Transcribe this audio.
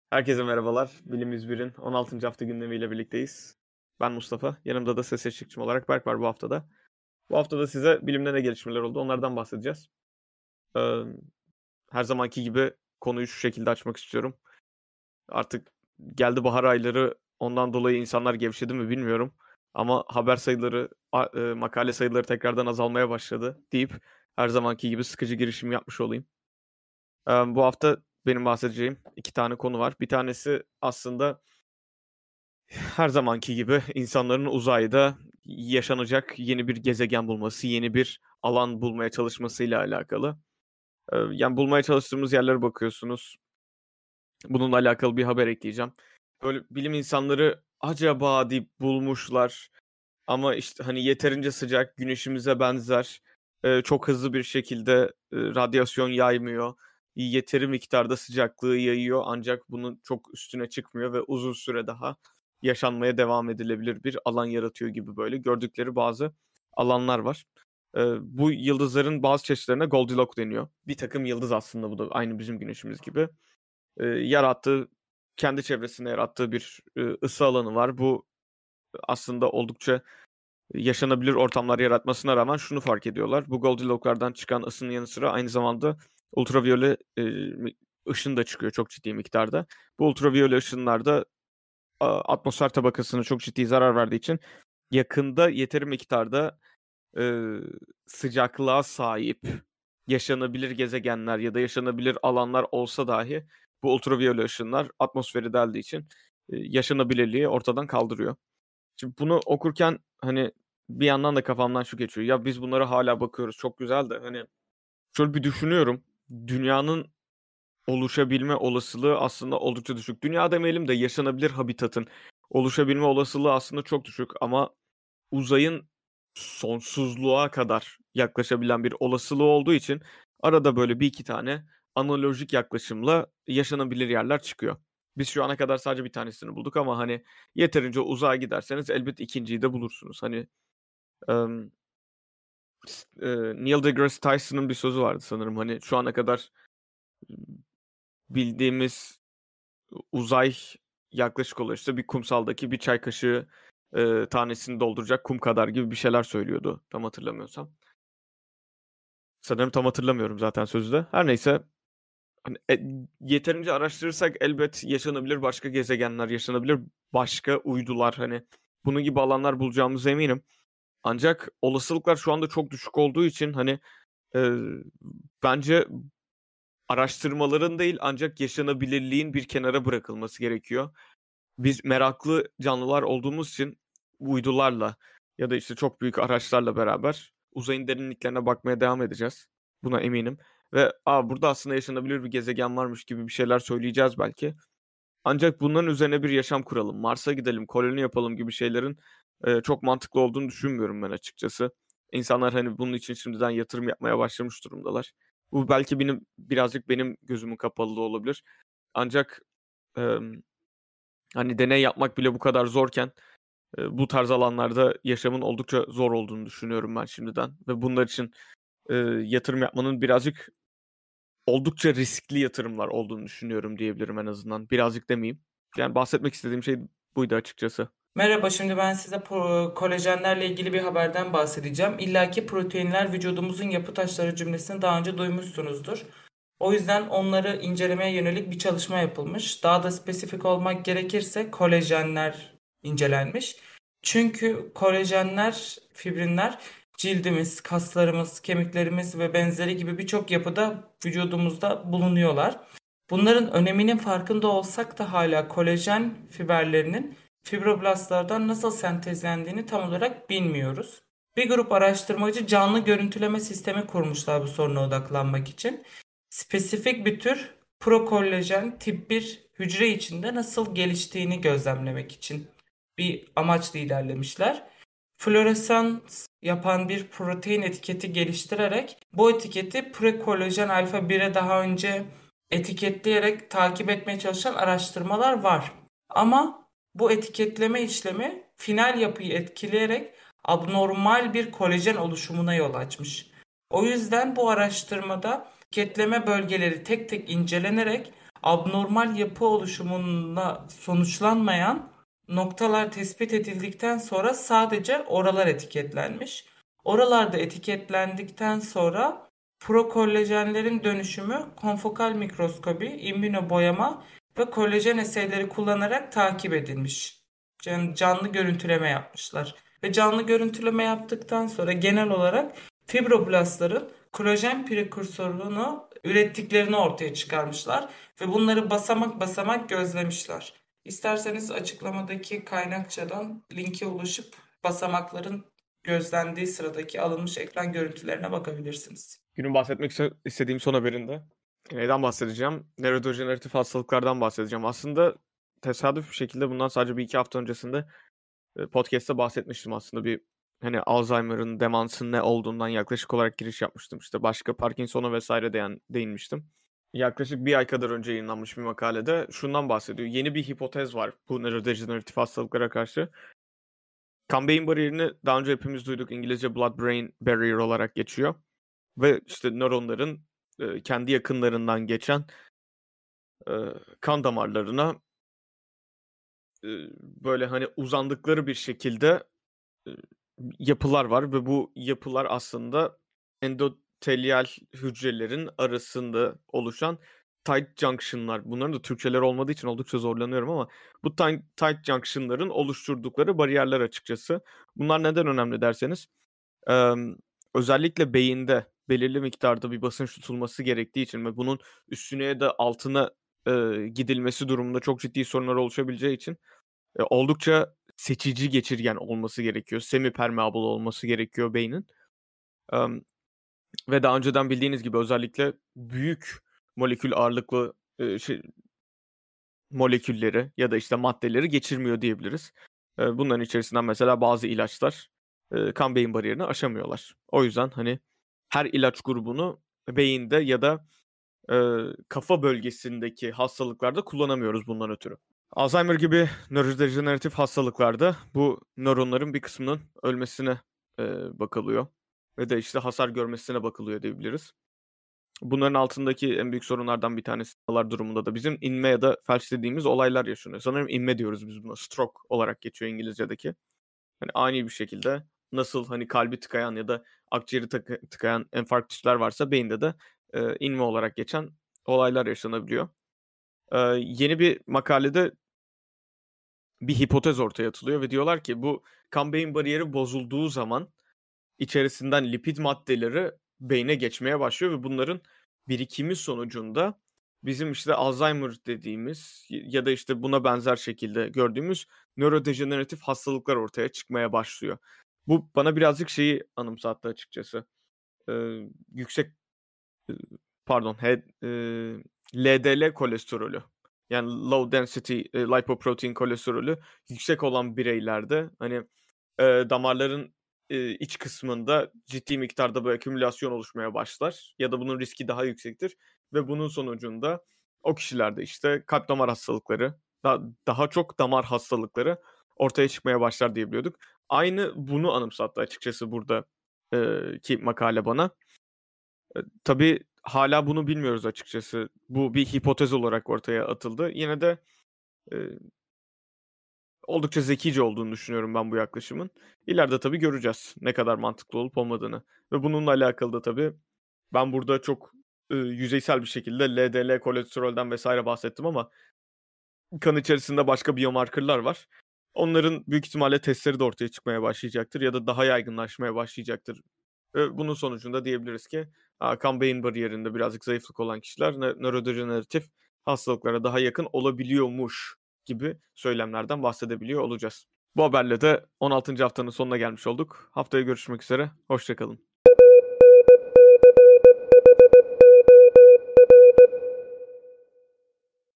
Herkese merhabalar. Bilim 101'in 16. hafta gündemiyle birlikteyiz. Ben Mustafa. Yanımda da ses eşlikçim olarak Berk var bu haftada. Bu haftada size bilimde ne gelişmeler oldu onlardan bahsedeceğiz. Eee, Her zamanki gibi konuyu şu şekilde açmak istiyorum. Artık geldi bahar ayları, ondan dolayı insanlar gevşedi mi bilmiyorum. Ama haber sayıları, makale sayıları tekrardan azalmaya başladı deyip her zamanki gibi sıkıcı girişim yapmış olayım. Bu hafta benim bahsedeceğim 2 tane konu var. Bir tanesi aslında her zamanki gibi insanların uzayda yaşanacak yeni bir gezegen bulması, yeni bir alan bulmaya çalışmasıyla alakalı. Yani bulmaya çalıştığımız yerlere bakıyorsunuz. Bununla alakalı bir haber ekleyeceğim. Böyle bilim insanları acaba deyip bulmuşlar ama işte hani yeterince sıcak, güneşimize benzer, çok hızlı bir şekilde, radyasyon yaymıyor. Yeteri miktarda sıcaklığı yayıyor ancak bunun çok üstüne çıkmıyor ve uzun süre daha yaşanmaya devam edilebilir bir alan yaratıyor gibi böyle gördükleri bazı alanlar var. Bu yıldızların bazı çeşitlerine Goldilocks deniyor. Birtakım yıldız aslında bu da aynı bizim güneşimiz gibi. Yarattığı, kendi çevresinde yarattığı bir, ısı alanı var. Bu aslında oldukça yaşanabilir ortamlar yaratmasına rağmen şunu fark ediyorlar. Bu Goldilocks'lardan çıkan ısının yanı sıra aynı zamanda ultraviyole, ışın da çıkıyor çok ciddi miktarda. Bu ultraviyole ışınlar da atmosfer tabakasına çok ciddi zarar verdiği için yakında yeteri miktarda, eee, sıcaklığa sahip yaşanabilir gezegenler ya da yaşanabilir alanlar olsa dahi bu ultraviyole ışınlar atmosferi deldiği için, yaşanabilirliği ortadan kaldırıyor. Şimdi bunu okurken, hani, bir yandan da kafamdan şu geçiyor: Ya, biz bunlara hâlâ bakıyoruz, çok güzel de, hani, şöyle bir düşünüyorum, dünyanın oluşabilme olasılığı aslında oldukça düşük. Dünya demeyelim de yaşanabilir habitatın oluşabilme olasılığı aslında çok düşük ama uzayın sonsuzluğa kadar yaklaşabilen bir olasılığı olduğu için arada böyle bir iki tane analojik yaklaşımla yaşanabilir yerler çıkıyor. Biz şu ana kadar sadece bir tanesini bulduk ama, hani, yeterince uzağa giderseniz elbet ikinciyi de bulursunuz. Hani, emm, Neil deGrasse Tyson'ın bir sözü vardı sanırım. Hani, şu ana kadar bildiğimiz uzay yaklaşık olarak, işte, bir kumsaldaki bir çay kaşığı, tanesini dolduracak kum kadar gibi bir şeyler söylüyordu tam hatırlamıyorsam. Sanırım tam hatırlamıyorum zaten sözü de. Her neyse, hani, yeterince araştırırsak elbet yaşanabilir başka gezegenler, yaşanabilir başka uydular, hani, bunun gibi alanlar bulacağımıza eminim. Ancak olasılıklar şu anda çok düşük olduğu için, hani, eee, bence araştırmaların değil ancak yaşanabilirliğin bir kenara bırakılması gerekiyor. Biz meraklı canlılar olduğumuz için uydularla ya da, işte, çok büyük araçlarla beraber uzayın derinliklerine bakmaya devam edeceğiz. Buna eminim ve, burada aslında yaşanabilir bir gezegen varmış." gibi bir şeyler söyleyeceğiz belki. Ancak bunların üzerine bir yaşam kuralım, Mars'a gidelim, koloni yapalım gibi şeylerin, çok mantıklı olduğunu düşünmüyorum ben açıkçası. İnsanlar, hani, bunun için şimdiden yatırım yapmaya başlamış durumdalar. Bu belki birazcık benim gözümün kapalılığı olabilir. Ancak, emm, hani, deney yapmak bile bu kadar zorken, bu tarz alanlarda yaşamın oldukça zor olduğunu düşünüyorum ben şimdiden ve bunlar için, yatırım yapmanın birazcık oldukça riskli yatırımlar olduğunu düşünüyorum diyebilirim en azından. Birazcık demeyeyim. Yani bahsetmek istediğim şey buydu açıkçası. Merhaba, şimdi ben size kolajenlerle ilgili bir haberden bahsedeceğim. İlla ki proteinler vücudumuzun yapı taşları cümlesini daha önce duymuşsunuzdur. O yüzden onları incelemeye yönelik bir çalışma yapılmış. Daha da spesifik olmak gerekirse kolajenler incelenmiş. Çünkü kolajenler, fibrinler cildimiz, kaslarımız, kemiklerimiz ve benzeri gibi birçok yapıda vücudumuzda bulunuyorlar. Bunların öneminin farkında olsak da hala kolajen fiberlerinin fibroblastlardan nasıl sentezlendiğini tam olarak bilmiyoruz. Bir grup araştırmacı canlı görüntüleme sistemi kurmuşlar bu soruna odaklanmak için. Spesifik bir tür prokollajen tip bir hücre içinde nasıl geliştiğini gözlemlemek için bir amaçla ilerlemişler. Floresans yapan bir protein etiketi geliştirerek bu etiketi prekolajen alfa 1'e daha önce etiketleyerek takip etmeye çalışan araştırmalar var. Ama bu etiketleme işlemi final yapıyı etkileyerek abnormal bir kolajen oluşumuna yol açmış. O yüzden bu araştırmada etiketleme bölgeleri tek tek incelenerek abnormal yapı oluşumuna sonuçlanmayan noktalar tespit edildikten sonra sadece oralar etiketlenmiş. Oralarda etiketlendikten sonra prokollajenlerin dönüşümü konfokal mikroskobi, immünoboyama ve kolajen eseyleri kullanarak takip edilmiş. Canlı görüntüleme yapmışlar. Ve canlı görüntüleme yaptıktan sonra genel olarak fibroblastların kolajen prekursorunu ürettiklerini ortaya çıkarmışlar ve bunları basamak basamak gözlemişler. İsterseniz açıklamadaki kaynakçadan linke ulaşıp basamakların gözlendiği sıradaki alınmış ekran görüntülerine bakabilirsiniz. Günün bahsetmek istediğim son haberinde neyden bahsedeceğim? Nörodejeneratif hastalıklardan bahsedeceğim. Aslında tesadüf bir şekilde bundan sadece bir iki hafta öncesinde podcast'ta bahsetmiştim aslında. Bir hani Alzheimer'ın, demansın ne olduğundan yaklaşık olarak giriş yapmıştım. İşte başka Parkinson'a vesaire değinmiştim. Yaklaşık bir ay kadar önce yayınlanmış bir makalede şundan bahsediyor. Yeni bir hipotez var bu nörodejeneratif hastalıklara karşı. Kan-beyin bariyerini daha önce hepimiz duyduk. İngilizce blood-brain barrier olarak geçiyor. Ve işte nöronların kendi yakınlarından geçen kan damarlarına böyle hani uzandıkları bir şekilde yapılar var ve bu yapılar aslında endotelyal hücrelerin arasında oluşan tight junction'lar. Bunların da Türkçeleri olmadığı için oldukça zorlanıyorum ama bu tight junction'ların oluşturdukları bariyerler açıkçası. Bunlar neden önemli derseniz özellikle beyinde belirli miktarda bir basınç tutulması gerektiği için ve bunun üstüne ya da altına gidilmesi durumunda çok ciddi sorunlar oluşabileceği için oldukça seçici geçirgen olması gerekiyor. Semi-permeable olması gerekiyor beynin. Ve daha önceden bildiğiniz gibi özellikle büyük molekül ağırlıklı molekülleri ya da işte maddeleri geçirmiyor diyebiliriz. Bunların içerisinden mesela bazı ilaçlar kan beyin bariyerini aşamıyorlar. O yüzden hani her ilaç grubunu beyinde ya da kafa bölgesindeki hastalıklarda kullanamıyoruz bundan ötürü. Alzheimer gibi nörodejeneratif hastalıklarda bu nöronların bir kısmının ölmesine bakılıyor. Ve de işte hasar görmesine bakılıyor diyebiliriz. Bunların altındaki en büyük sorunlardan bir tanesi durumunda da bizim inme ya da felç dediğimiz olaylar yaşanıyor. Sanırım inme diyoruz biz buna. Stroke olarak geçiyor İngilizce'deki. Hani ani bir şekilde nasıl hani kalbi tıkayan ya da akciğeri tıkayan enfarktüsler varsa beyinde de inme olarak geçen olaylar yaşanabiliyor. Yeni bir makalede bir hipotez ortaya atılıyor ve diyorlar ki bu kan beyin bariyeri bozulduğu zaman içerisinden lipid maddeleri beyne geçmeye başlıyor ve bunların birikimi sonucunda bizim işte Alzheimer dediğimiz ya da işte buna benzer şekilde gördüğümüz nörodejeneratif hastalıklar ortaya çıkmaya başlıyor. Bu bana birazcık şeyi anımsattı açıkçası. Yüksek pardon LDL kolesterolü. Yani low density lipoprotein kolesterolü yüksek olan bireylerde hani damarların iç kısmında ciddi miktarda böyle akümülasyon oluşmaya başlar ya da bunun riski daha yüksektir ve bunun sonucunda o kişilerde işte kalp damar hastalıkları, daha çok damar hastalıkları ortaya çıkmaya başlar diye biliyorduk. Aynı bunu anımsattı açıkçası burada ki makale bana. Tabii hala bunu bilmiyoruz açıkçası. Bu bir hipotez olarak ortaya atıldı. Yine de oldukça zekice olduğunu düşünüyorum ben bu yaklaşımın. İleride tabii göreceğiz ne kadar mantıklı olup olmadığını. Ve bununla alakalı da tabii ben burada çok yüzeysel bir şekilde LDL, kolesterolden vesaire bahsettim ama kan içerisinde başka biomarkerlar var. Onların büyük ihtimalle testleri de ortaya çıkmaya başlayacaktır ya da daha yaygınlaşmaya başlayacaktır. Bunun sonucunda diyebiliriz ki kan beyin bariyerinde birazcık zayıflık olan kişiler nörodejeneratif hastalıklara daha yakın olabiliyormuş gibi söylemlerden bahsedebiliyor olacağız. Bu haberle de 16. haftanın sonuna gelmiş olduk. Haftaya görüşmek üzere. Hoşça kalın.